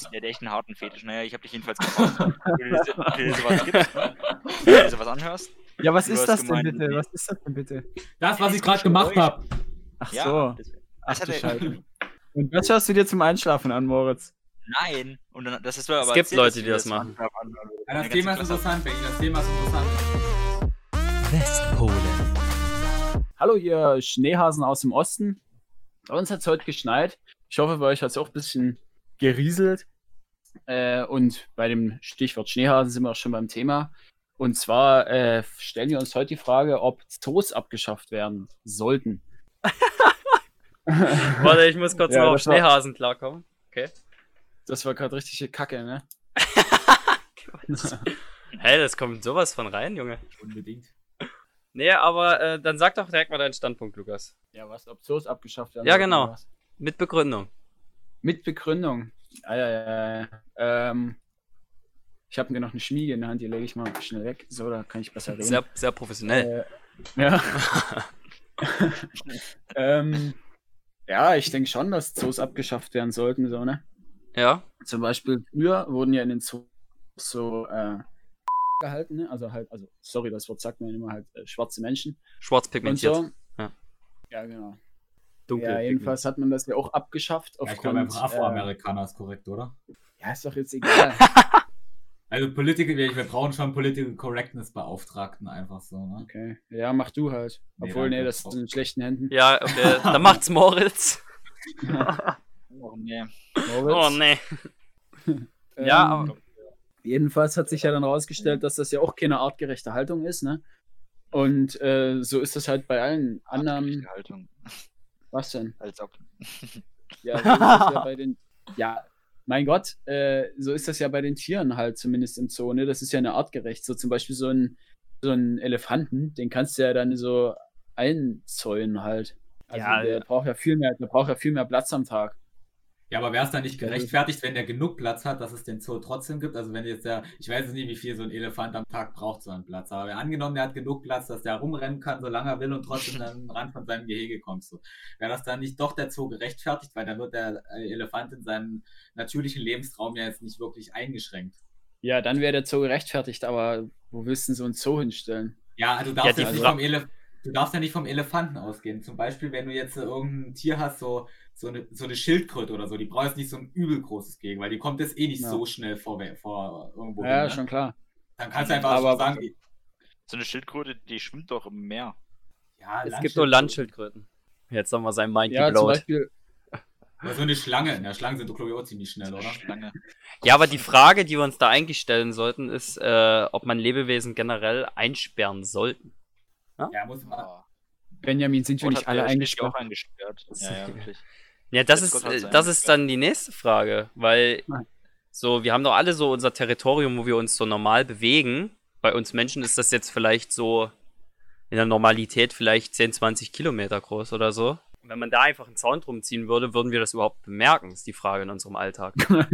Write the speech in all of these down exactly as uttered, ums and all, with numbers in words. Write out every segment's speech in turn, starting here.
Der hat echt einen harten Fetisch. Naja, ich hab dich jedenfalls gefragt, ob du dir sowas gibst, ob du dir sowas anhörst. Ja, was Du ist hast das denn gemeint, bitte? nee. Was ist das denn bitte? Das, was Das ich gerade ist gemacht Geräusch. habe. Ach Ja, so. das, Ach das du hat er, Scheiße. Und was hörst du dir zum Einschlafen an, Moritz? Nein. Und dann, das ist aber Es gibt erzählt, Leute, dass die wir das machen. anhören würden. Ja, Eine das Thema ist ganze Klasse. interessant, Benny. Das Thema ist interessant. Westpolen. Hallo, ihr Schneehasen aus dem Osten. Bei uns hat es heute geschneit. Ich hoffe, bei euch hat es auch ein bisschen gerieselt. Äh, und bei dem Stichwort Schneehasen sind wir auch schon beim Thema. Und zwar äh, stellen wir uns heute die Frage, ob Zoos abgeschafft werden sollten. Warte, ich muss kurz Ja, noch auf das war- Schneehasen klarkommen. Okay. Das war gerade richtige Kacke, ne? Hey, das kommt sowas von rein, Junge. Unbedingt. Nee, aber äh, dann sag doch direkt mal deinen Standpunkt, Lukas. Ja, was? Ob Zoos abgeschafft werden Ja, sollten genau. oder was? Mit Begründung. Mit Begründung. Ah, ja, ja, ja. Ähm, ich habe mir noch eine Schmiege in der Hand, die lege ich mal schnell weg. So, da kann ich besser reden. Sehr, sehr professionell. Äh, ja. ähm, ja, ich denke schon, dass Zoos abgeschafft werden sollten, so, ne? Ja. Zum Beispiel früher wurden ja in den Zoos so äh, gehalten, ne? Also halt, also sorry, das Wort sagt man immer halt äh, schwarze Menschen Schwarz und pigmentiert. so. Ja. Ja, genau. Dunkel. Ja, jedenfalls hat man das ja auch abgeschafft Ja, ich glaube, aufgrund. einfach Afroamerikaner ist korrekt, oder? äh, ja, ist doch jetzt egal. Also Political, wir, wir brauchen schon Political Correctness Beauftragten einfach so, ne? Okay, ja, mach du halt. Nee, Obwohl, nee, danke. das ist in schlechten Händen. Ja, okay. Dann macht's Moritz. Oh, nee. Moritz. Oh, nee. Ähm, Ja, aber- Jedenfalls hat sich ja dann rausgestellt, dass das ja auch keine artgerechte Haltung ist, ne? Und äh, so ist das halt bei allen anderen. Artgerechte Haltung. Was denn? Als ob. Ja, so ist das ja bei den. Ja, mein Gott, äh, so ist das ja bei den Tieren halt, zumindest im Zoo, ne? Das ist ja eine artgerecht. So zum Beispiel so ein, so ein Elefanten, den kannst du ja dann so einzäunen halt. Also Ja, der ja. braucht ja viel mehr, der braucht ja viel mehr Platz am Tag. Ja, aber wäre es dann nicht gerechtfertigt, wenn der genug Platz hat, dass es den Zoo trotzdem gibt? Also wenn jetzt der, ich weiß jetzt nicht, wie viel so ein Elefant am Tag braucht, so einen Platz, aber angenommen, der hat genug Platz, dass der rumrennen kann, solange er will und trotzdem an den Rand von seinem Gehege kommt. So. Wäre das dann nicht doch der Zoo gerechtfertigt, weil dann wird der Elefant in seinem natürlichen Lebensraum ja jetzt nicht wirklich eingeschränkt. Ja, dann wäre der Zoo gerechtfertigt, aber wo willst du denn so einen Zoo hinstellen? Ja, also du darfst, Ja, ja, die nicht Fra- vom Elef du darfst ja nicht vom Elefanten ausgehen. Zum Beispiel, wenn du jetzt äh, irgendein Tier hast, so, so, eine, so eine Schildkröte oder so, die braucht jetzt nicht so ein übel großes Gegen, weil die kommt jetzt eh nicht Ja. so schnell vor, vor irgendwo Ja, hin, ne? schon klar. Dann kannst du einfach Aber- schon sagen, So eine Schildkröte, die schwimmt doch im Meer. ja, Es gibt nur Landschildkröten. Jetzt haben wir sein Mind Ja, zum geblowt. Beispiel, Oder so eine Schlange. Ja, Schlangen sind doch, glaube ich, auch ziemlich schnell, oder? Schlange. Ja, aber die Frage, die wir uns da eigentlich stellen sollten, ist, äh, ob man Lebewesen generell einsperren sollten. Ja, muss man. Ah. Benjamin, sind wir Gott nicht hat alle der Schlittschuh auch eingesperrt? eingesperrt. Ja, ja, wirklich. Ja, das Jetzt ist, Gott hat's äh, das ist eingesperrt. dann die nächste Frage, weil Nein. so, wir haben doch alle so unser Territorium, wo wir uns so normal bewegen. Bei uns Menschen ist das jetzt vielleicht so in der Normalität vielleicht zehn, zwanzig Kilometer groß oder so. Und wenn man da einfach einen Zaun drum ziehen würde, würden wir das überhaupt bemerken, ist die Frage in unserem Alltag.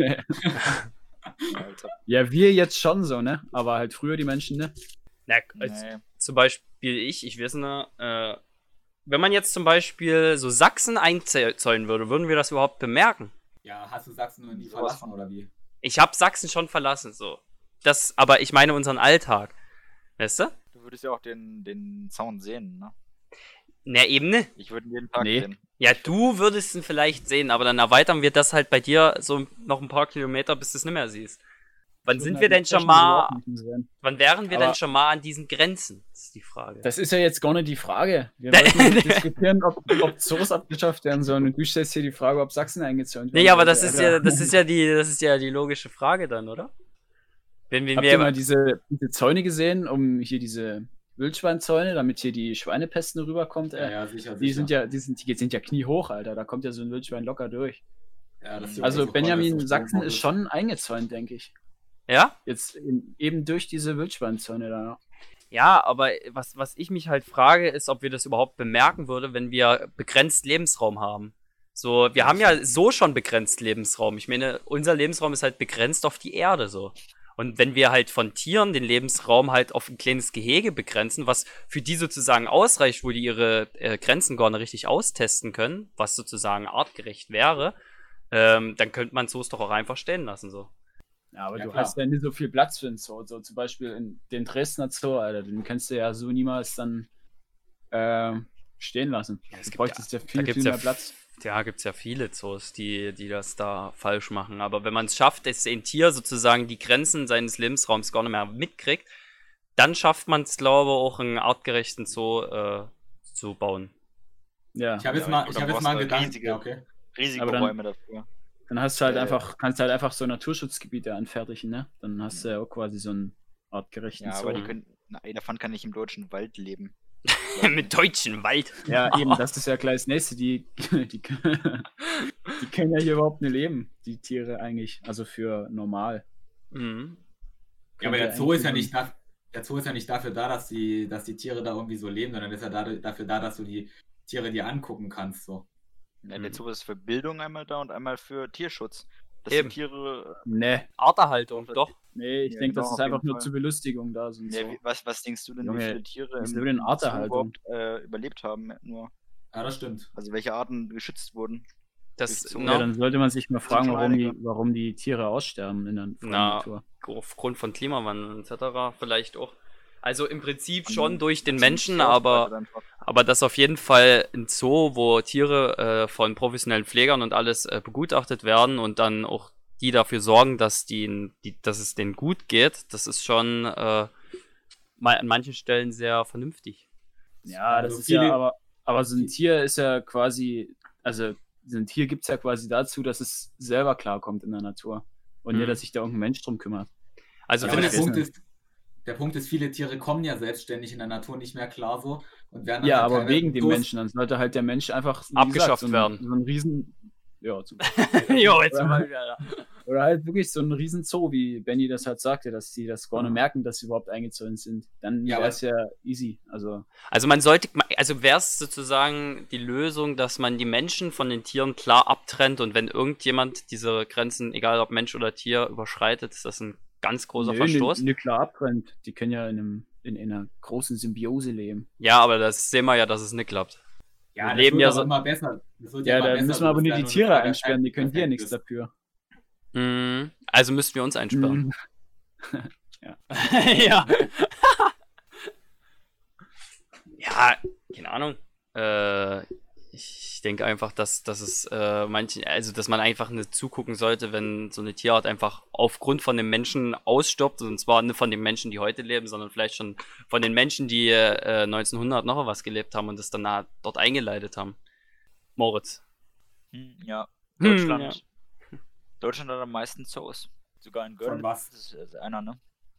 Alter. Ja, wir jetzt schon so, ne? Aber halt früher die Menschen, ne? Na, als, Nee. zum Beispiel ich, ich weiß nicht, äh, wenn man jetzt zum Beispiel so Sachsen einzäunen würde, würden wir das überhaupt bemerken? Ja, hast du Sachsen noch nie Sowas verlassen, von. oder wie? Ich habe Sachsen schon verlassen, so. Das, aber ich meine unseren Alltag. Weißt du? Du würdest ja auch den, den Zaun sehen, ne? Na, eben ne. Ich würde ihn jeden Tag Nee. sehen. Ja, du würdest ihn vielleicht sehen, aber dann erweitern wir das halt bei dir so noch ein paar Kilometer, bis du es nicht mehr siehst. Wann sind wir denn schon mal, wann wären wir Aber- denn schon mal an diesen Grenzen? Das ist die Frage. Das ist ja jetzt gar nicht die Frage. Wir wollten diskutieren, ob, ob Zoos abgeschafft werden sollen. Und du stellst hier die Frage, ob Sachsen eingezäunt werden Nee, aber sollte. das ist ja, das ist ja die, das ist ja die logische Frage dann, oder? Wenn wir Habt ihr mal mir, diese, diese Zäune gesehen, um hier diese Wildschweinzäune, damit hier die Schweinepest nur rüberkommt? Ja, Äh, ja, sicher, die sicher. sind ja, die sind, die sind ja kniehoch, Alter. Da kommt ja so ein Wildschwein locker durch. Ja, das ist Also so Benjamin, voll, dass Sachsen so ist schon eingezäunt, denke ich. ja? Jetzt in, eben durch diese Wildschweinzäune da. Ja, aber was, was ich mich halt frage, ist, ob wir das überhaupt bemerken würde, wenn wir begrenzt Lebensraum haben. So, wir haben ja so schon begrenzt Lebensraum. Ich meine, unser Lebensraum ist halt begrenzt auf die Erde so. Und wenn wir halt von Tieren den Lebensraum halt auf ein kleines Gehege begrenzen, was für die sozusagen ausreicht, wo die ihre äh, Grenzen gar nicht richtig austesten können, was sozusagen artgerecht wäre, ähm, dann könnte man Zoos doch auch einfach stehen lassen, so. Ja, aber Ja, du klar. hast ja nicht so viel Platz für einen Zoo. So zum Beispiel in den Dresdner Zoo, Alter, den kannst du ja so niemals dann äh, stehen lassen. Ja, es Du gibt bräuchtest ja, Da viel, gibt's viel ja mehr f- Platz. Ja, gibt's ja viele Zoos, die, die das da falsch machen. Aber wenn man es schafft, dass ein Tier sozusagen die Grenzen seines Lebensraums gar nicht mehr mitkriegt, dann schafft man es, glaube ich, auch einen artgerechten Zoo äh, zu bauen. Ja, Ich habe jetzt Ja, mal, oder ich habe jetzt brauchst mal du einen Gedanken. riesige- Ja, okay. Riesige Aber dann- Räume dafür. dann hast du halt Äh, einfach, kannst halt einfach so Naturschutzgebiete anfertigen, ne? Dann hast du ja auch quasi so einen artgerechten Ja, Zoo. aber die können, ein Elefant kann nicht im deutschen Wald leben. Mit deutschen Wald. Ja, eben, das ist ja gleich das nächste. Die, die, die können ja hier überhaupt nicht leben, die Tiere eigentlich. Also für normal. Mhm. Ja, aber Könnte der Zoo ist ja eigentlich nicht da, der Zoo ist ja nicht dafür da, dass die, dass die Tiere da irgendwie so leben, sondern ist ja da, dafür da, dass du die Tiere dir angucken kannst. So. Ja, Mhm. der Zoo ist für Bildung einmal da und einmal für Tierschutz. Dass Eben. die Tiere. Ne, Arterhaltung, doch. nee, ich Ja, denke, genau, das ist auf einfach jeden nur Fall. zur Belustigung da. So ein Ja, Zoo. wie, was, was denkst du denn, Junge, wie viele Tiere wieso im denn Zoo Arterhaltung? überhaupt äh, überlebt haben? Nur. Ja, das stimmt. Also welche Arten geschützt wurden? Das, So, Ja, na, dann sollte man sich mal sind fragen, schon warum die, einige. warum die Tiere aussterben in der freien Na. Natur. aufgrund von Klimawandel et cetera vielleicht auch. Also im Prinzip Mhm. schon durch den Sind Menschen, die ausgebreitet aber, einfach. aber dass auf jeden Fall ein Zoo, wo Tiere äh, von professionellen Pflegern und alles äh, begutachtet werden und dann auch die dafür sorgen, dass, die, die, dass es denen gut geht, das ist schon äh, mal an manchen Stellen sehr vernünftig. Ja, das Also ist viele- ja, aber, aber so ein Tier ist ja quasi, also so ein Tier gibt es ja quasi dazu, dass es selber klarkommt in der Natur. Und Mhm. nicht, dass sich da irgendein Mensch drum kümmert. Also Ja, aber der findest- Punkt, ist, der Punkt ist, viele Tiere kommen ja selbstständig in der Natur nicht mehr klar so. Und werden dann Ja, halt aber teilweise wegen dem Zoos- Menschen. Dann sollte halt der Mensch einfach wie Abgeschafft so ein, werden. So ein Riesen. Ja, zum jo, jetzt Oder- mal wieder. Oder halt wirklich so ein riesen Zoo, wie Benny das halt sagte, dass die das gar nicht Mhm. merken, dass sie überhaupt eingezäunt sind. Dann Ja, wäre es ja easy. Also, Also man sollte, also wäre es sozusagen die Lösung, dass man die Menschen von den Tieren klar abtrennt und wenn irgendjemand diese Grenzen, egal ob Mensch oder Tier, überschreitet, ist das ein ganz großer nö, Verstoß. nö, nö, klar abtrennt. Die können ja in, einem, in, in einer großen Symbiose leben. Ja, aber das sehen wir ja, dass es nicht klappt. Ja, Wir das leben wird ja aber so- immer besser. Das wird Ja, immer da besser, müssen wir aber das ist nur ja die nur eine Tiere Frage der einsperren, die können die ja Zeit, nichts bis- dafür. Mhm. Also müssten wir uns einsperren. Mhm. ja. ja, keine Ahnung. Äh, ich denke einfach, dass, dass es äh, manchen, also dass man einfach nicht zugucken sollte, wenn so eine Tierart einfach aufgrund von den Menschen ausstirbt. Und zwar nicht von den Menschen, die heute leben, sondern vielleicht schon von den Menschen, die äh, neunzehnhundert noch was gelebt haben und das dann nah- dort eingeleitet haben. Moritz. Hm, ja. Hm, Deutschland. Deutschland hat am meisten Zoos. Sogar in Görlitz. Von was? Das ist äh, einer, ne?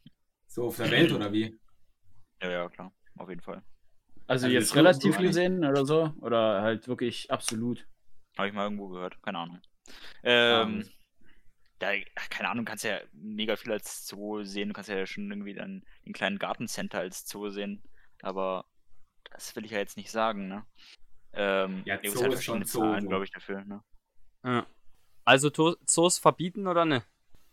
So auf der Welt oder wie? Ja, ja, klar. Auf jeden Fall. Also, Also jetzt so- relativ so- gesehen oder so? Oder halt wirklich absolut? Habe ich mal irgendwo gehört. Keine Ahnung. Ähm, da, ach, keine Ahnung, kannst ja mega viel als Zoo sehen. Du kannst ja schon irgendwie dann den kleinen Gartencenter als Zoo sehen. Aber das will ich ja jetzt nicht sagen, ne? Ähm, Ja, da gibt's Zoo halt ist schon verschiedene Zoo, Zahlen, so. glaube ich, dafür, ne? Ja. Also To- Zoos verbieten oder ne?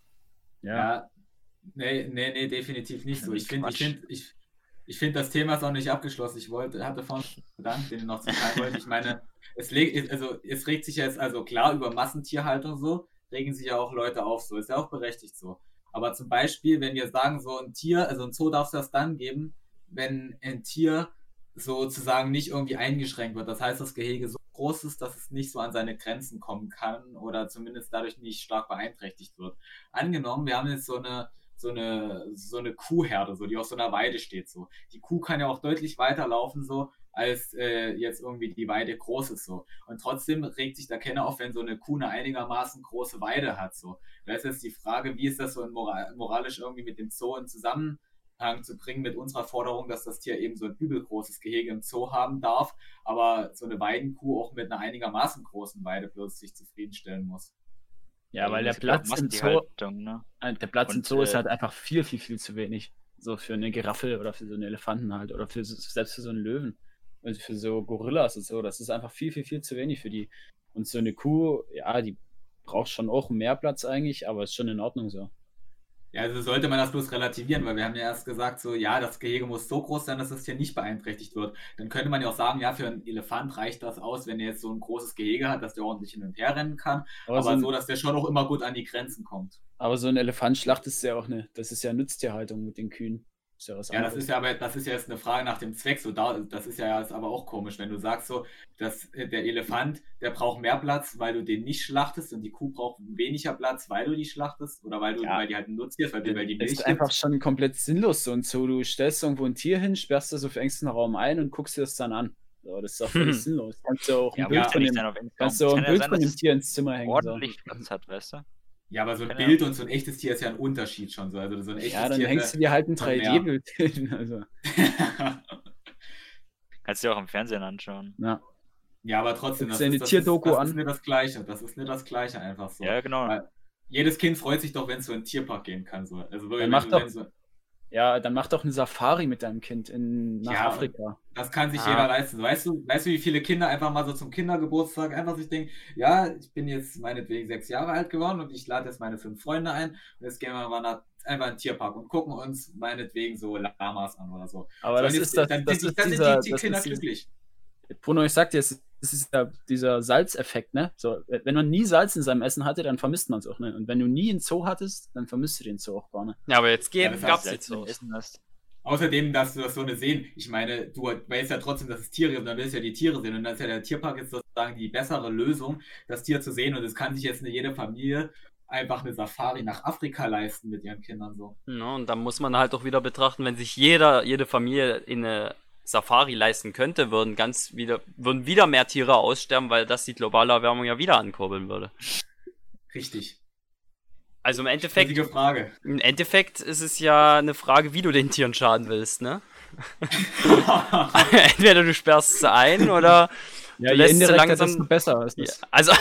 Ja. Ja, nee, nee, nee, definitiv nicht so. Ich finde, ich Quatsch. finde, ich, ich finde, das Thema ist auch nicht abgeschlossen. Ich wollte, hatte vorhin einen Gedanken, den ich noch zu teilen wollte. Ich meine, es, leg, also, es regt sich jetzt, also klar, über Massentierhaltung so, regen sich ja auch Leute auf, so, ist ja auch berechtigt so. Aber zum Beispiel, wenn wir sagen, so ein Tier, also ein Zoo darf es erst dann geben, wenn ein Tier sozusagen nicht irgendwie eingeschränkt wird. Das heißt, das Gehege so groß ist, dass es nicht so an seine Grenzen kommen kann oder zumindest dadurch nicht stark beeinträchtigt wird. Angenommen, wir haben jetzt so eine so eine so eine Kuhherde, so die auf so einer Weide steht, so. Die Kuh kann ja auch deutlich weiter laufen, so als äh, jetzt irgendwie die Weide groß ist, so. Und trotzdem regt sich der Kenner auf, wenn so eine Kuh eine einigermaßen große Weide hat, so. Da ist jetzt die Frage, wie ist das so in moral moralisch irgendwie mit dem Zoo in Zusammenhang zu bringen mit unserer Forderung, dass das Tier eben so ein übelgroßes Gehege im Zoo haben darf, aber so eine Weidenkuh auch mit einer einigermaßen großen Weide bloß sich zufriedenstellen muss. Ja, weil der Es gibt ja auch Platz im Zoo, Massentierhaltung, ne? äh, der Platz im Und, Zoo ist äh, halt einfach viel, viel, viel zu wenig. So für eine Giraffe oder für so einen Elefanten halt. Oder für so, selbst für so einen Löwen. Also für so Gorillas und so. Das ist einfach viel, viel, viel zu wenig für die. Und so eine Kuh, ja, die braucht schon auch mehr Platz eigentlich, aber ist schon in Ordnung so. Ja, also sollte man das bloß relativieren, weil wir haben ja erst gesagt, so, ja, das Gehege muss so groß sein, dass das Tier nicht beeinträchtigt wird. Dann könnte man ja auch sagen, ja, für einen Elefant reicht das aus, wenn er jetzt so ein großes Gehege hat, dass der ordentlich hin und her rennen kann, Aber, aber so, ein, so, dass der schon auch immer gut an die Grenzen kommt. aber so ein Elefant schlachtest du ja auch nicht. Das ist ja Nutztierhaltung mit den Kühen. Ist ja was Ja, das anderes. ist ja aber, das ist ja jetzt eine Frage nach dem Zweck. So, da, das ist ja jetzt aber auch komisch, wenn du sagst so, dass äh, der Elefant, der braucht mehr Platz, weil du den nicht schlachtest und die Kuh braucht weniger Platz, weil du die schlachtest oder weil du, Ja. weil die halt ein Nutztier ist, weil, die- weil die Das Milch ist einfach gibt. schon komplett sinnlos so und so. Du stellst irgendwo ein Tier hin, sperrst das auf engstem Raum ein und guckst dir das dann an. So, das ist doch völlig sinnlos. Kannst du auch ein Ja, aber Bild muss ja von nicht dem, sein auf Instagram. kannst du auch Es ein kann ja Bild sein, von dass dem es Tier ins Zimmer hängen. So. ordentlich Platz hat, weißt du? Ja, aber so ein Keine Bild und so ein echtes Tier ist ja ein Unterschied schon so. Also so ein echtes Ja, dann Tier hängst du ist dir halt ein schon mehr. drei D-Bild hin. Also, ja, Kannst du dir auch im Fernsehen anschauen. ja. ja, aber trotzdem, Guckst das dir ist, eine das, Tierdoku ist, das an. ist nicht das Gleiche. Das ist nicht das Gleiche einfach so. Ja, genau. Weil jedes Kind freut sich doch, wenn es so in den Tierpark gehen kann. So. Also wirklich, Dann mach wenn, doch- wenn so, Ja, dann mach doch eine Safari mit deinem Kind in, nach Ja, Afrika. das kann sich Ah. jeder leisten. Weißt du, weißt du, wie viele Kinder einfach mal so zum Kindergeburtstag einfach sich denken, ja, ich bin jetzt meinetwegen sechs Jahre alt geworden und ich lade jetzt meine fünf Freunde ein und jetzt gehen wir mal nach, einfach in den Tierpark und gucken uns meinetwegen so Lamas an oder so. Aber So, das und jetzt- ist das, dann, das sind, ist dann dieser, sind die, die das Kinder ist dieser, glücklich. Bruno, ich sag dir, es es ist ja dieser Salzeffekt, ne? So, wenn man nie Salz in seinem Essen hatte, dann vermisst man es auch nicht. Und wenn du nie einen Zoo hattest, dann vermisst du den Zoo auch gar nicht. Ja, aber jetzt Ja, geben, das gab's heißt, jetzt Salz im so. Essen hast. Außerdem, dass du das so eine sehen. Ich meine, du weißt ja trotzdem, dass es Tiere gibt, und dann willst du ja die Tiere sehen. Und dann ist ja der Tierpark jetzt sozusagen die bessere Lösung, das Tier zu sehen. Und es kann sich jetzt nicht jede Familie einfach eine Safari nach Afrika leisten mit ihren Kindern so. Ja, und dann muss man halt auch wieder betrachten, wenn sich jeder, jede Familie in eine Safari leisten könnte, würden ganz wieder, würden wieder mehr Tiere aussterben, weil das die globale Erwärmung ja wieder ankurbeln würde. Richtig. Also im Endeffekt, Richtige Frage. im Endeffekt ist es ja eine Frage, wie du den Tieren schaden willst, ne? Entweder du sperrst sie ein oder Ja, Du je lässt sie indirekter, langsam- desto besser ist ja, das. also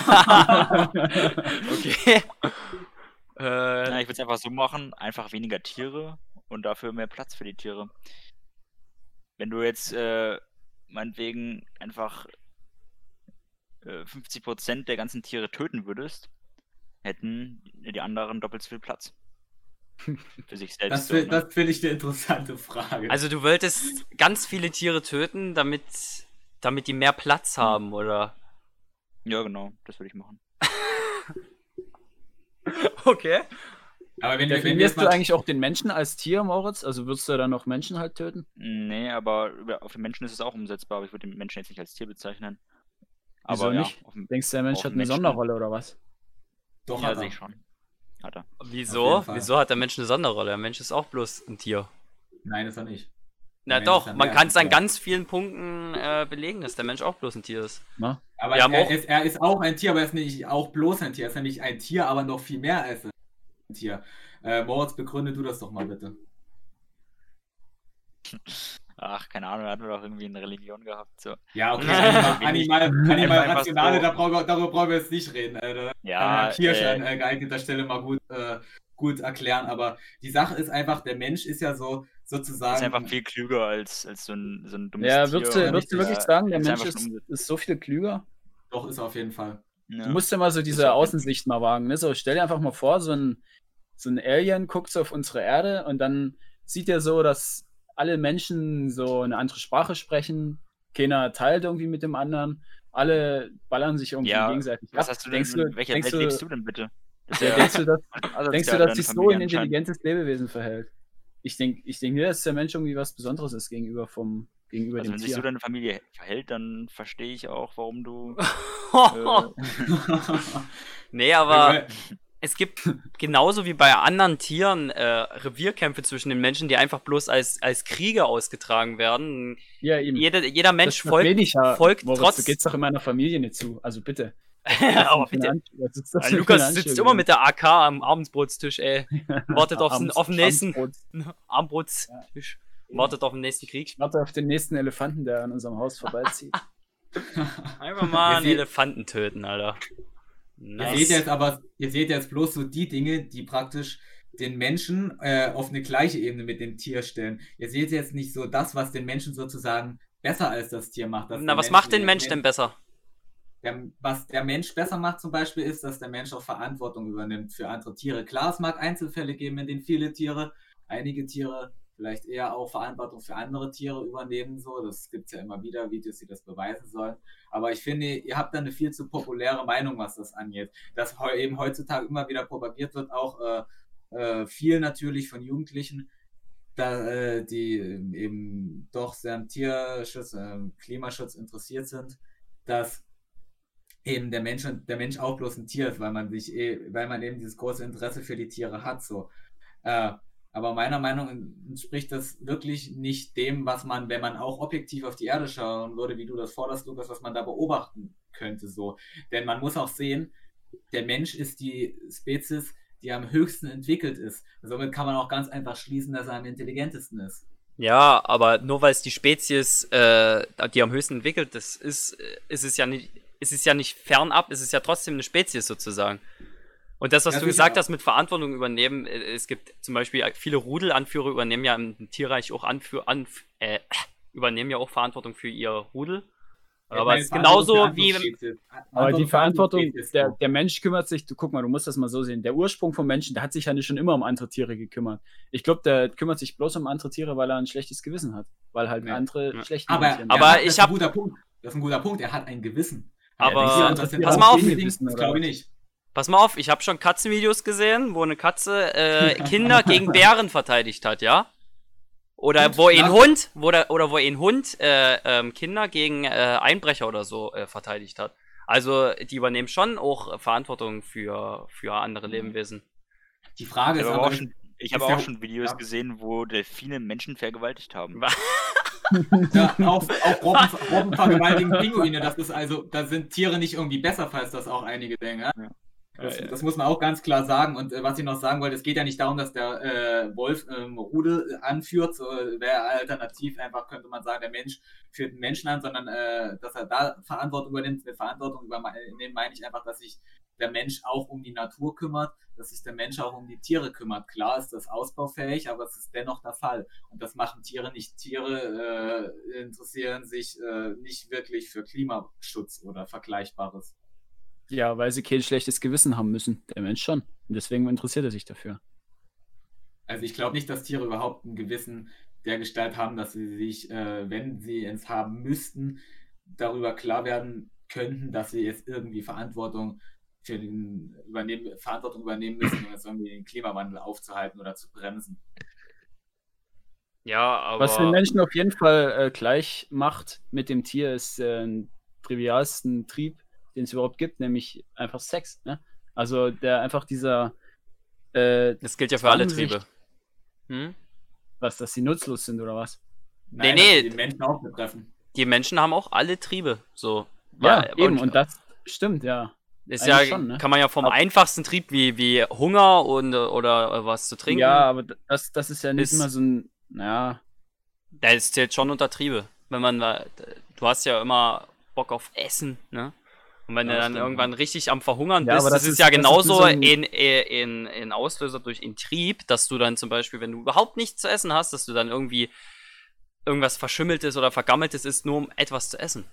okay. Ja, Äh, ich würde es einfach so machen, einfach weniger Tiere und dafür mehr Platz für die Tiere. Wenn du jetzt äh, meinetwegen einfach äh, fünfzig Prozent der ganzen Tiere töten würdest, hätten die anderen doppelt so viel Platz. Für sich selbst. Das, so, fi- ne? das finde ich eine interessante Frage. also du wolltest ganz viele Tiere töten, damit, damit die mehr Platz haben, oder? Ja, genau, das würde ich machen. Okay. Aber wenn, wir- wenn wir Definierst jetzt du mal eigentlich auch den Menschen als Tier, Moritz? Also würdest du dann noch Menschen halt töten? Nee, aber über- auf den Menschen ist es auch umsetzbar, aber ich würde den Menschen jetzt nicht als Tier bezeichnen. Wieso Aber ja, nicht? auf dem, Denkst du, der Mensch Auch hat eine Menschen. Sonderrolle oder was? doch ja, hat sehe er. ich schon. Hat er. Auf Wieso? jeden Fall. Wieso hat der Mensch eine Sonderrolle? Der Mensch ist auch bloß ein Tier. Nein, ist er nicht. Na Mensch doch, ist ein man mehr kann es als an ein Tier. ganz vielen Punkten äh, belegen, dass der Mensch auch bloß ein Tier ist. Na? Aber Wir haben er, auch- ist, er ist auch ein Tier, aber er ist nicht auch bloß ein Tier. Er ist nämlich ein Tier, aber noch viel mehr als ein Tier. Äh, Moritz, begründe du das doch mal bitte. Ach, keine Ahnung, er hat doch irgendwie eine Religion gehabt. So. Ja, okay, Ja, Animal, Animal, Einfach- Animal einfach Rationale, so. da brauchen wir, darüber brauchen wir jetzt nicht reden. Äh, da Ja, kann Herr Kirsch äh, an äh, geeigneter Stelle mal gut, äh, gut erklären. Aber die Sache ist einfach, der Mensch ist ja so sozusagen. ist einfach viel klüger als, als so, ein, so ein dummes Ja, Tier. würdest du, oder würdest du nicht? wirklich sagen, der ist Mensch einfach ist, schon umge- ist so viel klüger? Doch, ist er auf jeden Fall. Ja. Du musst ja mal so Ist diese auch- Außensicht mal wagen. Ne? So, stell dir einfach mal vor, so ein, so ein Alien guckt so auf unsere Erde und dann sieht er so, dass alle Menschen so eine andere Sprache sprechen, keiner teilt irgendwie mit dem anderen, alle ballern sich irgendwie Ja, gegenseitig Was ab. hast du denn, denkst du, in welcher denkst Welt du, lebst du denn bitte? Das ist ja, ja denkst du, dass, asozial, denkst du, deine dass sich so Familie ein anscheinend. intelligentes Lebewesen verhält? Ich denke ich denk nicht, dass der Mensch irgendwie was Besonderes ist gegenüber, vom, gegenüber Also dem wenn sich so Tier. deine Familie verhält, dann verstehe ich auch, warum du. Nee, aber es gibt genauso wie bei anderen Tieren äh, Revierkämpfe zwischen den Menschen, die einfach bloß als, als Kriege ausgetragen werden. Ja, eben. Jeder, jeder Mensch Das verstehe folgt, ich ja, folgt Moritz, trotz. du gehst doch in meiner Familie nicht zu, also bitte. aber bitte. Was ist das Äh, denn für Lukas eine sitzt Anschuldigung? immer mit der A K am Abendbrotstisch, ey. Wartet auf, den, Abends- auf den nächsten Abendbrot. Abendbrotstisch. Wartet auf den nächsten Krieg. Ich warte auf den nächsten Elefanten, der an unserem Haus vorbeizieht. Einfach mal Ihr einen seht- Elefanten töten, Alter. Ihr Nice. seht jetzt aber, ihr seht jetzt bloß so die Dinge, die praktisch den Menschen äh, auf eine gleiche Ebene mit dem Tier stellen. Ihr seht jetzt nicht so das, was den Menschen sozusagen besser als das Tier macht. dass Na, der was Mensch- macht den Mensch denn besser? der, was der Mensch besser macht zum Beispiel ist, dass der Mensch auch Verantwortung übernimmt für andere Tiere. Klar, es mag Einzelfälle geben, in denen viele Tiere, einige Tiere vielleicht eher auch Verantwortung für andere Tiere übernehmen. So, das gibt es ja immer wieder Videos, die das beweisen sollen. Aber ich finde, ihr habt da eine viel zu populäre Meinung, was das angeht. Dass heu, eben heutzutage immer wieder propagiert wird, auch äh, äh, viel natürlich von Jugendlichen, da, äh, die eben doch sehr am Tierschutz, äh, Klimaschutz interessiert sind, dass eben der Mensch der Mensch auch bloß ein Tier ist, weil man sich eh, weil man eben dieses große Interesse für die Tiere hat. So. Äh, aber meiner Meinung nach entspricht das wirklich nicht dem, was man, wenn man auch objektiv auf die Erde schauen würde, wie du das forderst, Lukas, was man da beobachten könnte. So. Denn man muss auch sehen, der Mensch ist die Spezies, die am höchsten entwickelt ist. Somit kann man auch ganz einfach schließen, dass er am intelligentesten ist. Ja, aber nur weil es die Spezies, äh, die am höchsten entwickelt ist, ist, ist es ja nicht, ist es ja nicht fernab, ist es ja trotzdem eine Spezies sozusagen. Und das, was Ja, du sicher. gesagt hast mit Verantwortung übernehmen, äh, es gibt zum Beispiel viele Rudelanführer übernehmen ja im Tierreich auch Anführ, anf, äh, übernehmen ja auch Verantwortung für ihr Rudel. Aber es ist genauso wie. Aber die Verantwortung, der, der Mensch kümmert sich, du guck mal, du musst das mal so sehen, der Ursprung vom Menschen, der hat sich ja nicht schon immer um andere Tiere gekümmert. Ich glaube, der kümmert sich bloß um andere Tiere, weil er ein schlechtes Gewissen hat. Weil halt Ja. andere Ja. schlecht Aber, sind. Aber aber ich ich hab- ein guter Punkt. Das ist ein guter Punkt. Er hat ein Gewissen. Aber- Ja, das sind pass auch mal auf. Dinge, Wissen, Das oder glaube ich was? nicht. Pass mal auf, ich habe schon Katzenvideos gesehen, wo eine Katze äh, Kinder gegen Bären verteidigt hat, ja? Oder Gut, wo ein ja. Hund, wo der, oder wo ein Hund äh, ähm, Kinder gegen äh, Einbrecher oder so äh, verteidigt hat. Also die übernehmen schon auch Verantwortung für, für andere Lebewesen. Die Frage Ich ist habe aber, auch schon, ich ist habe der- auch schon Videos ja. gesehen, wo Delfine Menschen vergewaltigt haben. Was? ja, auch, auch Robben, Robben vergewaltigen Pinguine. Das ist also, da sind Tiere nicht irgendwie besser, falls das auch einige denken. Ja? Ja. Das, Ja, ja. das muss man auch ganz klar sagen. Und äh, was ich noch sagen wollte, es geht ja nicht darum, dass der äh, Wolf ähm, Rudel anführt. So wäre alternativ einfach, könnte man sagen, der Mensch führt den Menschen an, sondern äh, dass er da Verantwortung übernimmt. Mit Verantwortung übernehmen meine ich einfach, dass sich der Mensch auch um die Natur kümmert, dass sich der Mensch auch um die Tiere kümmert. Klar ist das ausbaufähig, aber es ist dennoch der Fall. Und das machen Tiere nicht. Tiere äh, interessieren sich äh, nicht wirklich für Klimaschutz oder Vergleichbares. Ja, weil sie kein schlechtes Gewissen haben müssen. Der Mensch schon. Und deswegen interessiert er sich dafür. Also ich glaube nicht, dass Tiere überhaupt ein Gewissen der Gestalt haben, dass sie sich, äh, wenn sie es haben müssten, darüber klar werden könnten, dass sie jetzt irgendwie Verantwortung für den übernehmen, Verantwortung übernehmen müssen, um jetzt irgendwie den Klimawandel aufzuhalten oder zu bremsen. Ja, aber. Was den Menschen auf jeden Fall äh, gleich macht mit dem Tier, ist äh, den trivialsten Trieb, den es überhaupt gibt, nämlich einfach Sex. Ne? Also der einfach dieser, äh, Das gilt ja für alle Ansicht- Triebe. Hm? was, dass sie nutzlos sind oder was? Nee, Nein, nee. dass sie den Menschen auch betreffen. Die Menschen haben auch alle Triebe. So. Ja, Weil- eben, und das stimmt, ja. Ist ja, eigentlich schon, ne? kann man ja vom Aber- einfachsten Trieb wie, wie Hunger und, oder äh, was zu trinken. Ja, aber das, das ist ja nicht Ist- immer so ein, naja, Das zählt schon unter Triebe. Wenn man, äh, du hast ja immer Bock auf Essen, ne? Und wenn Ja, du dann stimmt, irgendwann richtig am Verhungern Ja, bist, aber das, das ist ist- ja das ist genauso so ein- in, in, in Auslöser durch den Trieb, dass du dann zum Beispiel, wenn du überhaupt nichts zu essen hast, dass du dann irgendwie irgendwas Verschimmeltes oder Vergammeltes isst, nur um etwas zu essen.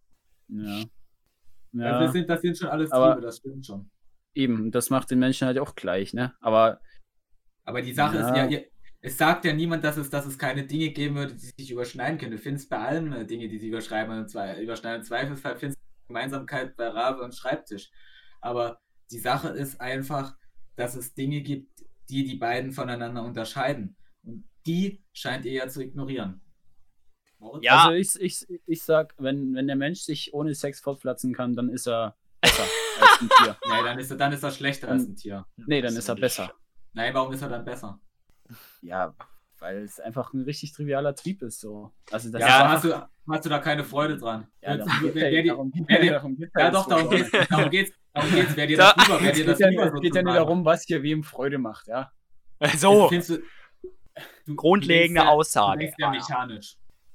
ja. Also Ja, das, sind, das sind schon alles Aber- Triebe, das stimmt schon. eben, das macht den Menschen halt auch gleich, ne? Aber Aber die Sache Ja. ist ja, ihr, es sagt ja niemand, dass es, dass es keine Dinge geben würde, die sich überschneiden können. Du findest bei allen äh, Dinge, die sich überschreiben, und zwei, überschneiden. Im Zweifelsfall findest du Gemeinsamkeit bei Rabe und Schreibtisch. Aber die Sache ist einfach, dass es Dinge gibt, die die beiden voneinander unterscheiden. Und die scheint ihr ja zu ignorieren. Moritz? Ja. also ich, ich, ich sag, wenn, wenn der Mensch sich ohne Sex fortpflanzen kann, dann ist er besser als ein Tier. Nee, dann ist er, dann ist er schlechter als ein Tier. Nee, dann ist er besser. Nein, warum ist er dann besser? Ja, weil es einfach ein richtig trivialer Trieb ist. So. Also das Ja, ist aber einfach, hast du, hast du da keine Freude dran? ja, Wer- darum geht wer- wer ja, die- darum geht wer ja, die- darum geht Ja, ja doch, so. darum geht's. Darum geht's. Darum geht's. Wer dir Da- das lieber, wer dir Es das geht, lieber ja, es geht ja nur sozusagen. darum, was hier wem Freude macht, ja. So, Findest du, du, grundlegende du denkst ja- Aussage. Du denkst ja mechanisch.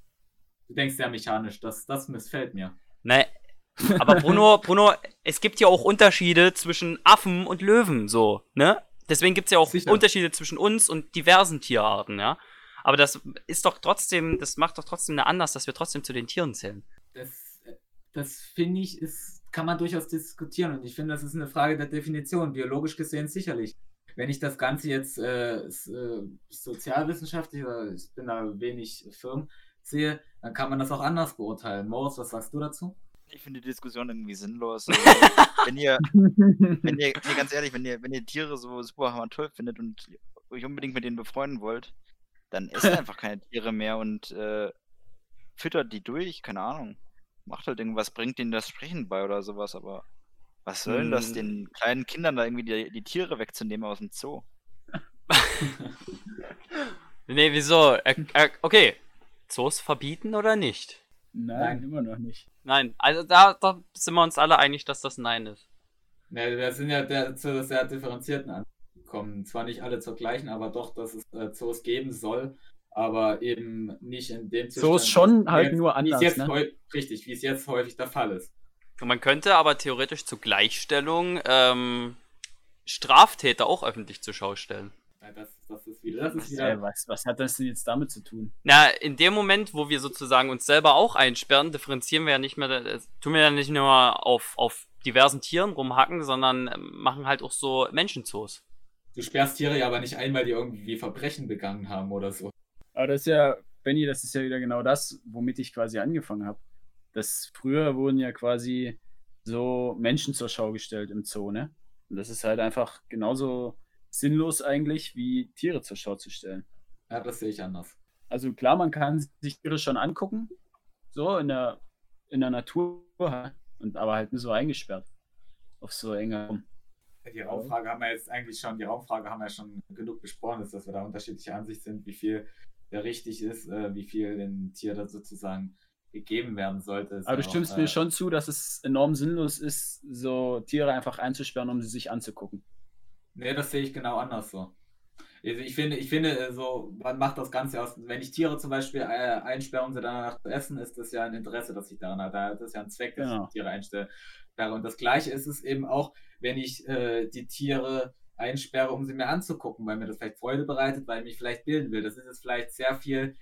Du denkst ja mechanisch. Das, das missfällt mir. Ne, aber Bruno, Bruno, es gibt ja auch Unterschiede zwischen Affen und Löwen, so, ne? Deswegen gibt es ja auch Sicher. Unterschiede zwischen uns und diversen Tierarten, ja? Aber das ist doch trotzdem, das macht doch trotzdem eine Anlass, dass wir trotzdem zu den Tieren zählen. Das, das finde ich, ist kann man durchaus diskutieren und ich finde, das ist eine Frage der Definition, biologisch gesehen sicherlich. Wenn ich das Ganze jetzt äh, sozialwissenschaftlich, oder ich bin da wenig firm, sehe, dann kann man das auch anders beurteilen. Moritz, was sagst du dazu? Ich finde die Diskussion irgendwie sinnlos. Also, wenn ihr, wenn ihr, nee, ganz ehrlich, wenn ihr, wenn ihr Tiere so super hammer toll findet und euch unbedingt mit denen befreunden wollt, dann esst einfach keine Tiere mehr und äh, füttert die durch, keine Ahnung. Macht halt irgendwas, bringt denen das Sprechen bei oder sowas, aber was soll denn das, Hm. den kleinen Kindern da irgendwie die, die Tiere wegzunehmen aus dem Zoo? Nee, wieso? Äh, äh, okay. Zoos verbieten oder nicht? Nein, Nein. immer noch nicht. Nein, also da, da sind wir uns alle einig, dass das Nein ist. Ja, wir sind ja der, zu sehr differenzierten angekommen. Zwar nicht alle zur gleichen, aber doch, dass es äh, Zoos geben soll, aber eben nicht in dem Zoos schon wie halt jetzt, nur wie es anders, jetzt ne? häu- richtig, wie es jetzt häufig der Fall ist. Und man könnte aber theoretisch zur Gleichstellung ähm, Straftäter auch öffentlich zur Schau stellen. Ja, das, das ist wieder, das ist Äh, wieder was, was hat das denn jetzt damit zu tun? Na, in dem Moment, wo wir sozusagen uns selber auch einsperren, differenzieren wir ja nicht mehr, äh, tun wir ja nicht nur auf, auf diversen Tieren rumhacken, sondern ähm, machen halt auch so Menschenzoos. Du sperrst Tiere ja aber nicht ein, weil die irgendwie Verbrechen begangen haben oder so. Aber das ist ja, Benny, das ist ja wieder genau das, womit ich quasi angefangen habe. Das früher wurden ja quasi so Menschen zur Schau gestellt im Zoo, ne? Und das ist halt einfach genauso sinnlos eigentlich, wie Tiere zur Schau zu stellen. Ja, das sehe ich anders. Also klar, man kann sich Tiere schon angucken, so in der, in der Natur, und aber halt nur so eingesperrt. Auf so enger Raum. Die Raumfrage haben wir jetzt eigentlich schon, die Raumfrage haben wir schon genug besprochen, ist, dass wir da unterschiedliche Ansicht sind, wie viel da richtig ist, äh, wie viel dem Tier da sozusagen gegeben werden sollte. Ist Aber ja du stimmst auch, mir äh, schon zu, dass es enorm sinnlos ist, so Tiere einfach einzusperren, um sie sich anzugucken. Nee, das sehe ich genau anders so. Also ich finde, ich finde, äh, so, man macht das Ganze aus, wenn ich Tiere zum Beispiel äh, einsperre, um sie danach zu essen, ist das ja ein Interesse, das ich daran habe. Das ist ja ein Zweck, dass Genau. ich die Tiere einstelle. Und das Gleiche ist es eben auch, wenn ich äh, die Tiere einsperre, um sie mir anzugucken, weil mir das vielleicht Freude bereitet, weil ich mich vielleicht bilden will. Das ist jetzt vielleicht sehr viel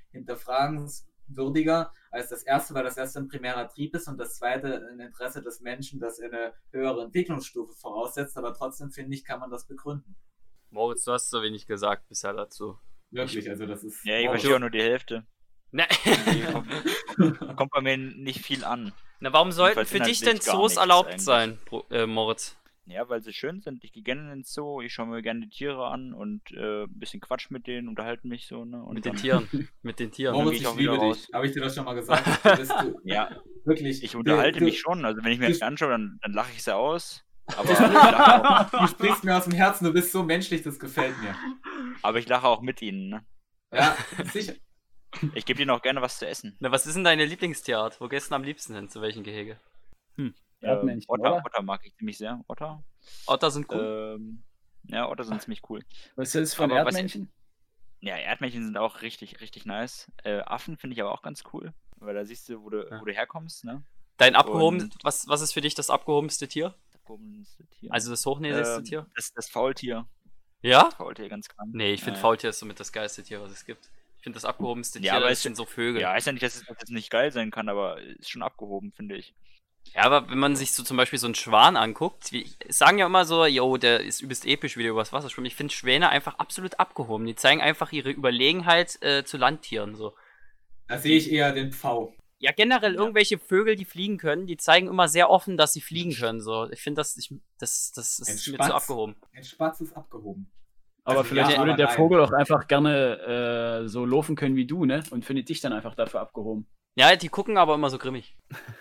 hinterfragenswürdiger als das erste, weil das erste ein primärer Trieb ist und das zweite ein Interesse des Menschen, das eine höhere Entwicklungsstufe voraussetzt, aber trotzdem finde ich, kann man das begründen. Moritz, du hast so wenig gesagt bisher dazu. Wirklich, also das ist... Ja, ich verstehe auch nur die Hälfte. Na, Die kommt, kommt bei mir nicht viel an. na warum sollten Jedenfalls für dich denn inhaltlich gar Zoos nichts erlaubt eigentlich. sein, Bro- äh, Moritz? Ja, weil sie schön sind. Ich gehe gerne in den Zoo, ich schaue mir gerne die Tiere an und äh, ein bisschen Quatsch mit denen, unterhalten mich so, ne? Und Mit den dann- Tieren. Mit den Tieren. Dann Moritz, geh ich ich auch wieder liebe raus. dich. Habe ich dir das schon mal gesagt? Du bist du, Ja, wirklich. ich unterhalte du, mich schon. Also wenn ich mir du- das anschaue, dann, dann lache ich sie aus. Aber ich, lache auch, Du sprichst mir aus dem Herzen, du bist so menschlich, das gefällt mir. aber ich lache auch mit ihnen, ne? Ja, sicher. Ich gebe ihnen auch gerne was zu essen. Na, was ist denn deine Lieblingstierart? Wo gehst du denn am liebsten hin? Zu welchem Gehege? Erdmännchen, Ähm, Otter, oder? Otter mag ich ziemlich sehr. Otter. Otter sind cool. Ähm, ja, Otter sind ziemlich cool. Was ist das für ein aber was- Erdmännchen? Ja, Erdmännchen sind auch richtig, richtig nice. Äh, Affen finde ich aber auch ganz cool, weil da siehst du, wo du, Ja. wo du herkommst, ne? Dein abgehoben, und- was, was ist für dich das abgehobenste Tier? Abgehobenste Tier. Also das hochnäsigste ähm, Tier? Das, das Faultier. Ja? Das Faultier, ganz klar. Nee, ich finde Ja. Faultier ist somit das geilste Tier, was es gibt. Ich finde das abgehobenste Ja, Tier, aber das es- sind so Vögel. Ja, heißt ja nicht, dass es, dass es nicht geil sein kann, aber ist schon abgehoben, finde ich. Ja, aber wenn man sich so zum Beispiel so einen Schwan anguckt, wie, sagen ja immer so, yo, der ist übelst episch, wie der übers Wasser schwimmt. Ich finde Schwäne einfach absolut abgehoben. Die zeigen einfach ihre Überlegenheit äh, zu Landtieren. So. Da sehe ich eher den Pfau. Ja, generell Ja. irgendwelche Vögel, die fliegen können, die zeigen immer sehr offen, dass sie fliegen können. So. Ich finde, das, ich, das, das ist Ein mir Spatz. zu abgehoben. Ein Spatz ist abgehoben. Aber Also vielleicht ja, würde aber der nein. Vogel auch einfach gerne äh, so laufen können wie du, ne? Und findet dich dann einfach dafür abgehoben. Ja, die gucken aber immer so grimmig.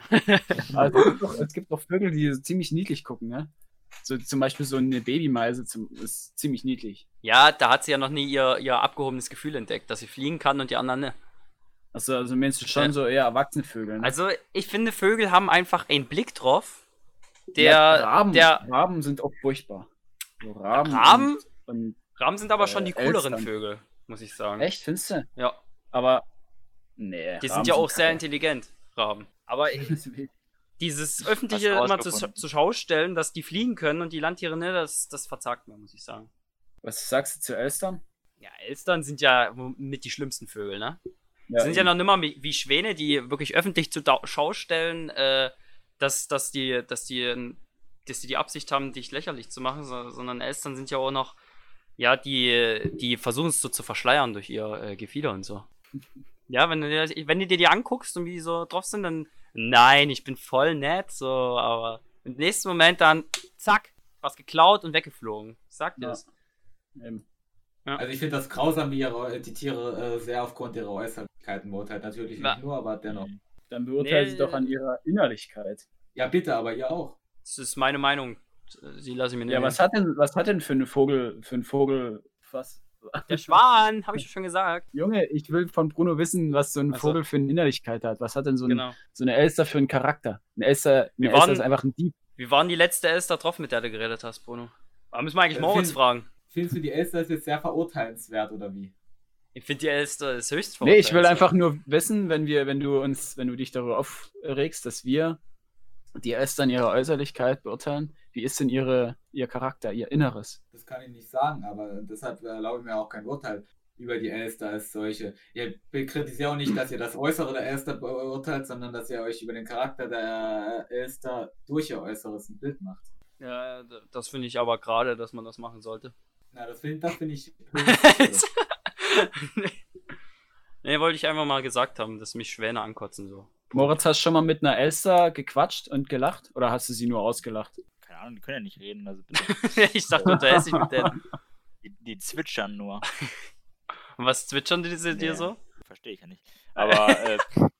Also, es, gibt doch, es gibt doch Vögel, die so ziemlich niedlich gucken, ne? So, zum Beispiel so eine Babymeise zum, ist ziemlich niedlich. Ja, da hat sie ja noch nie ihr, ihr abgehobenes Gefühl entdeckt, dass sie fliegen kann und die anderen ne. Also, also meinst du schon Ja. so eher erwachsene Vögel, ne? Also, ich finde, Vögel haben einfach einen Blick drauf, der, Ja, Raben, der, Raben sind auch furchtbar. So Raben? Raben? Und, und Raben sind aber Äh, schon die cooleren Elstern. Vögel, muss ich sagen. echt, findest du? Ja, Aber, nee. die Raben sind ja auch sehr kacke. intelligent, Raben. Aber dieses öffentliche Hast du immer zu, rausgefunden? zur Schau stellen, dass die fliegen können und die Landtiere ne, das, das verzagt mir, muss ich sagen. Was sagst du zu Elstern? Ja, Elstern sind ja mit die schlimmsten Vögel, ne? Ja, sind ja noch nimmer wie wie Schwäne, die wirklich öffentlich zur Dau- Schau stellen, äh, dass, dass die, dass die, dass die die Absicht haben, dich lächerlich zu machen, so, sondern Elstern sind ja auch noch, ja, die, die versuchen es so zu verschleiern durch ihr äh, Gefieder und so. Ja, wenn du, dir, wenn du dir die anguckst und wie die so drauf sind, dann, nein, ich bin voll nett, so, aber im nächsten Moment dann, zack, was geklaut und weggeflogen. Ich sag dir Ja. das. Eben. Ja. Also ich finde das grausam, wie ihre, die Tiere äh, sehr aufgrund ihrer Äußerlichkeiten beurteilt. Natürlich nicht Ja. nur, aber dennoch. Dann beurteilen Nee. sie doch an ihrer Innerlichkeit. Ja, bitte, aber ihr auch. Das ist meine Meinung. Sie lasse ich mir nicht. Ja, was hat denn, was hat denn für ein Vogel, für ein Vogel, was? Der Schwan, habe ich schon gesagt. Junge, ich will von Bruno wissen, was so ein Ach so. Vogel für eine Innerlichkeit hat. Was hat denn so, ein, Genau. so eine Elster für einen Charakter? Eine Elster, eine Wir Elster waren- ist einfach ein Dieb. Wie war denn die letzte Elster drauf, mit der du geredet hast, Bruno? Da müssen wir eigentlich Äh, Moritz viel- fragen. Findest du, die Elster ist jetzt sehr verurteilenswert, oder wie? Ich finde, die Elster ist höchst Nee, ich will verurteilenswert. einfach nur wissen, wenn wir, wenn du uns, wenn du dich darüber aufregst, dass wir die Elster in ihrer Äußerlichkeit beurteilen, wie ist denn ihre, ihr Charakter, ihr Inneres? Das kann ich nicht sagen, aber deshalb erlaube ich mir auch kein Urteil über die Elster als solche. Ihr kritisiert auch nicht, dass ihr das Äußere der Elster beurteilt, sondern dass ihr euch über den Charakter der Elster durch ihr Äußeres ein Bild macht. Ja, d- das finde ich aber gerade, dass man das machen sollte. Na, das finde das find ich. nee. nee, wollte ich einfach mal gesagt haben, dass mich Schwäne ankotzen so. Moritz, hast du schon mal mit einer Elster gequatscht und gelacht? Oder hast du sie nur ausgelacht? Keine Ahnung, die können ja nicht reden. Also bitte. ich dachte, du unterhältst dich mit denen. Die, die zwitschern nur. Und was zwitschern die Nee. dir so? Verstehe ich ja nicht. Aber äh,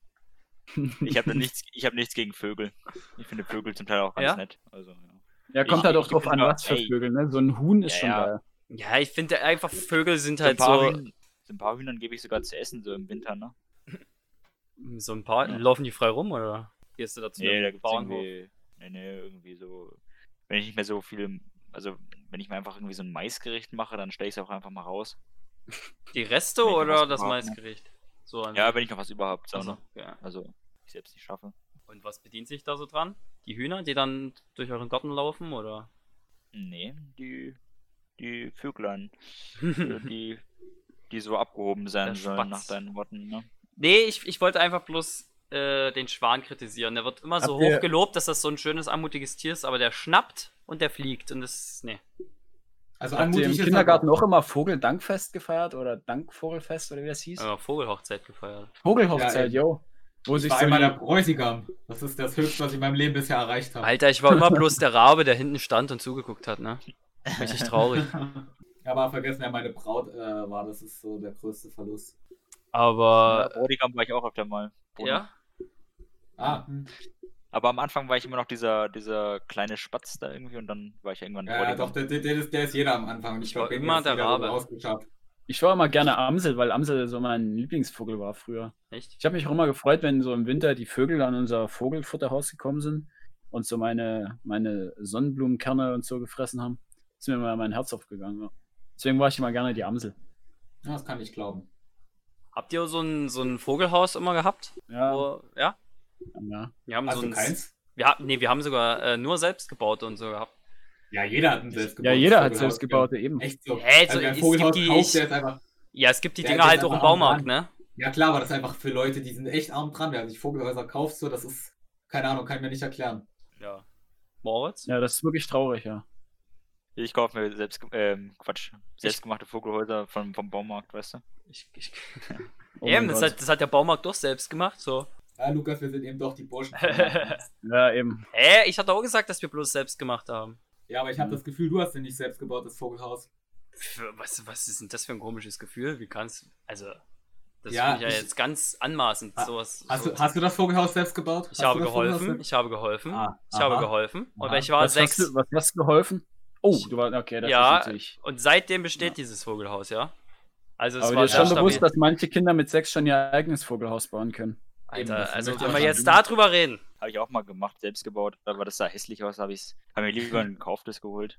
ich habe nichts, ich habe nichts gegen Vögel. Ich finde Vögel zum Teil auch ganz Ja? nett. Also, ja. Ja, kommt Ich- da doch ich drauf bin an, doch- was für ey. Vögel, ne? So ein Huhn ist Ja, schon ja. geil. Ja, ich finde einfach, Vögel sind So ein halt paar so. Hühnern, so ein paar Hühnern gebe ich sogar zu essen, so im Winter, ne? So ein paar. Ja. Laufen die frei rum oder? Gehst du dazu? Nee, da gibt's irgendwie. Nee, nee, irgendwie so. Wenn ich nicht mehr so viel. Also, wenn ich mir einfach irgendwie so ein Maisgericht mache, dann stelle ich es auch einfach mal raus. Die Reste Wenn ich noch oder was das überhaupt- Maisgericht? So an Ja, wenn ich noch was überhaupt also, saune. ja. Also, ich selbst nicht schaffe. Und was bedient sich da so dran? Die Hühner, die dann durch euren Garten laufen oder? Nee, die. Die Vöglein. äh, die. Die so abgehoben sein Der sollen, Spatz. nach deinen Worten, ne? Nee, ich, ich wollte einfach bloß äh, den Schwan kritisieren. Der wird immer so Habt ihr- hoch gelobt, dass das so ein schönes, anmutiges Tier ist, aber der schnappt und der fliegt und das. Nee. Also Habt ihr anmutig im ist er Kindergarten doch. auch immer Vogeldankfest gefeiert oder Dankvogelfest oder wie das hieß? Äh, Vogelhochzeit gefeiert. Vogelhochzeit, Ja, yo. Wo Ich sich war so einmal der die, Bräutigam. Das ist das Höchste, was ich in meinem Leben bisher erreicht habe. Alter, ich war immer bloß der Rabe, der hinten stand und zugeguckt hat, ne? Richtig traurig. Aber vergessen, wer meine Braut äh, war, das ist so der größte Verlust. Aber. Bräutigam war ich auch öfter mal. Ja? Ah, hm. Aber am Anfang war ich immer noch dieser, dieser kleine Spatz da irgendwie und dann war ich irgendwann ja, ja, Bräutigam. doch, der, der, der, ist, der ist jeder am Anfang. Und Ich ich glaube, war bei mir immer ist der jeder so Rabe. rausgeschafft. ich war immer gerne Amsel, weil Amsel so mein Lieblingsvogel war früher. Echt? Ich habe mich auch immer gefreut, wenn so im Winter die Vögel an unser Vogelfutterhaus gekommen sind und so meine, meine Sonnenblumenkerne und so gefressen haben. Ist mir immer mein Herz aufgegangen. Ja. Deswegen war ich immer gerne die Amsel. Ja, das kann ich glauben. Habt ihr so ein, so ein Vogelhaus immer gehabt? Ja, Wo, ja? ja. Wir haben Hast so du ein. keins? Wir haben, nee, wir haben sogar äh, nur selbst gebaute und so gehabt. Ja, jeder hat ein selbstgebautes ja, jeder hat Vogelhaus, selbstgebaute eben. ja. Echt so. Hä, so, also, wer ein es Vogelhaus gibt die- kauft, der ist einfach. Ja, es gibt die Ja, Dinger das halt ist auch im einfach arm Baumarkt, dran. ne? Ja, klar, aber das ist einfach für Leute, die sind echt arm dran. Wer sich Vogelhäuser kauft, so, das ist. Keine Ahnung, kann ich mir nicht erklären. Ja. Moritz? Ja, das ist wirklich traurig, ja. Ich kaufe mir selbst, ähm, Quatsch, selbstgemachte Vogelhäuser vom, vom Baumarkt, weißt du? Ich, ich, Oh Eben, mein das Gott. hat, das hat der Baumarkt doch selbst gemacht, so. Ja, Lukas, wir sind eben doch die Burschen. Ja, eben. Hä? Ich hatte auch gesagt, dass wir bloß selbst gemacht haben. Ja, aber ich habe das Gefühl, du hast ja nicht selbstgebautes Vogelhaus. Für, was, was ist denn das für ein komisches Gefühl? Wie kannst Also, das Ja, finde ich ja ich- jetzt ganz anmaßend, Ha- sowas. Hast, sowas. du, hast du das Vogelhaus selbst gebaut? Ich Hast habe du das Vogelhaus geholfen, selbst- ich habe geholfen, Ah, ich habe aha. geholfen. Und Aha. ich war was, sechs. Hast du, was hast du geholfen? Oh, du warst, okay, das Ja, ist natürlich. und seitdem besteht dieses Vogelhaus, ja. Also es Aber war dir ist sehr schon bewusst, stabil. dass manche Kinder mit sechs schon ihr eigenes Vogelhaus bauen können. Eben, Alter, das also möchte ich wenn auch wir jetzt sagen. darüber reden. Habe ich auch mal gemacht, selbst gebaut, aber das sah hässlich aus, habe ich hab mir lieber ein gekauftes geholt.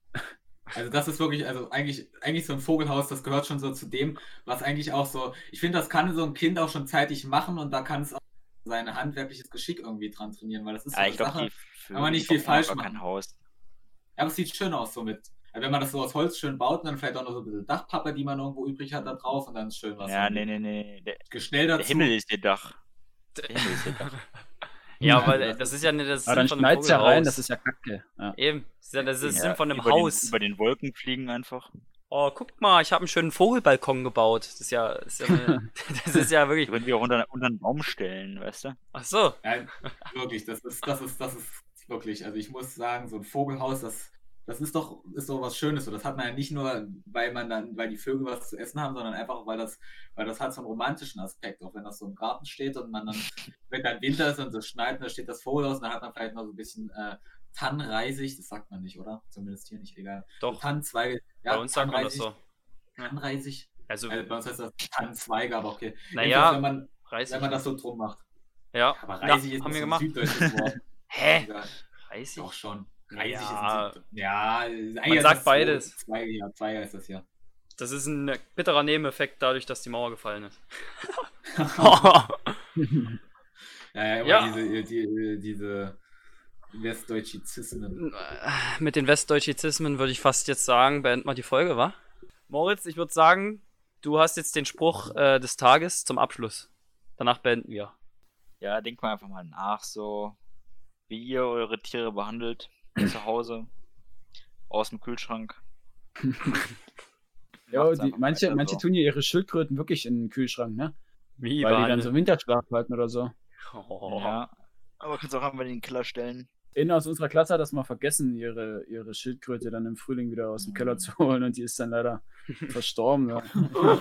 Also das ist wirklich, also eigentlich, eigentlich so ein Vogelhaus, das gehört schon so zu dem, was eigentlich auch so, ich finde, das kann so ein Kind auch schon zeitig machen und da kann es auch sein handwerkliches Geschick irgendwie dran trainieren, weil das ist so Ja, eine ich glaube, Sache. die Vögel kann man nicht die viel bauen falsch gar machen. kein Haus. Ja, aber es sieht schön aus so mit, also wenn man das so aus Holz schön baut und dann vielleicht auch noch so ein bisschen Dachpappe, die man irgendwo übrig hat da drauf und dann ist schön was. Ja, irgendwie nee, nee, nee. Der, Gestell der dazu. Himmel ist ihr Dach. Der Himmel ist ihr Dach. Ja, weil das ist ja nicht das Aber dann Sinn von einem schneit's ja rein, Vogelhaus. das ist ja kacke. Ja. Eben, das ist ja das ist der Sinn Ja, von einem über Haus. Den, über den Wolken fliegen einfach. Oh, guck mal, ich habe einen schönen Vogelbalkon gebaut. Das ist ja, das ist ja, eine, das ist ja wirklich. Die würden wir auch unter, unter einen Baum stellen, weißt du? Ach so. Ja, wirklich, das ist, das ist, das ist wirklich, also ich muss sagen, so ein Vogelhaus, das, das ist doch, ist doch was Schönes. So, das hat man ja nicht nur, weil man dann, weil die Vögel was zu essen haben, sondern einfach, weil das, weil das hat so einen romantischen Aspekt, auch wenn das so im Garten steht und man dann, wenn dann Winter ist und es schneit und da steht das Vogelhaus und dann hat man vielleicht noch so ein bisschen äh, Tannenreisig, das sagt man nicht, oder? Zumindest hier nicht, egal. Doch. Tannenzweige, ja, Bei uns sagt man das so. Tannenreisig. Also, Also bei uns heißt das Tannenzweige, aber okay. naja, Jedenfalls, wenn man, Reisig. wenn man das so drum macht. Ja, Aber ja, Reisig ist haben wir so ein gemacht. süddeutsches Wort. Hä? Egal. Reisig? Doch schon. Reisig Ja. ist ein Süd- Ja, eigentlich Man ist sagt das beides. So, Zweige, ja, Zweige ist das hier. Das ist ein bitterer Nebeneffekt dadurch, dass die Mauer gefallen ist. Ja, ja, immer Ja. diese, die, diese Westdeutschizismen. Mit den Westdeutschizismen würde ich fast jetzt sagen, beenden wir die Folge, wa? Moritz, ich würde sagen, du hast jetzt den Spruch äh, des Tages zum Abschluss. Danach beenden wir. Ja, denkt mal einfach mal nach, so wie ihr eure Tiere behandelt zu Hause, aus dem Kühlschrank. Ja, Macht's die, einfach manche, weiter manche so. tun ja ihre Schildkröten wirklich in den Kühlschrank, ne? Wie Weil die dann so Winterschlaf halten oder so. Oh. Ja, aber kannst auch einfach in den Keller stellen. Einer aus unserer Klasse hat das mal vergessen, ihre, ihre Schildkröte dann im Frühling wieder aus dem Keller zu holen und die ist dann leider verstorben. Ja.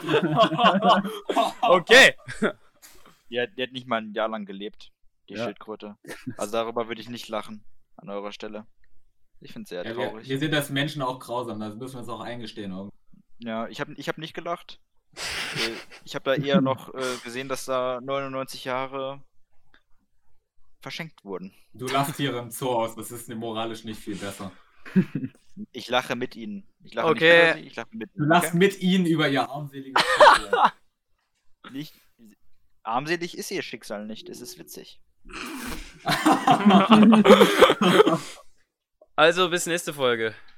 Okay. Die hat, die hat nicht mal ein Jahr lang gelebt, die Ja. Schildkröte. Also darüber würde ich nicht lachen, an eurer Stelle. Ich finde es sehr Ja, wir, traurig. wir sind als Menschen auch grausam, das müssen wir uns auch eingestehen. Irgendwie. Ja, ich habe ich hab nicht gelacht. Äh, Ich habe da eher noch äh, gesehen, dass da neunundneunzig Jahre verschenkt wurden. Du lachst Tiere im Zoo aus, das ist moralisch nicht viel besser. Ich lache mit ihnen. Ich lache Okay. nicht über sie, ich lache mit Du ihnen. lachst okay? mit ihnen über ihr armseliges Schicksal. Nicht, armselig ist ihr Schicksal nicht, es ist witzig. Also bis nächste Folge.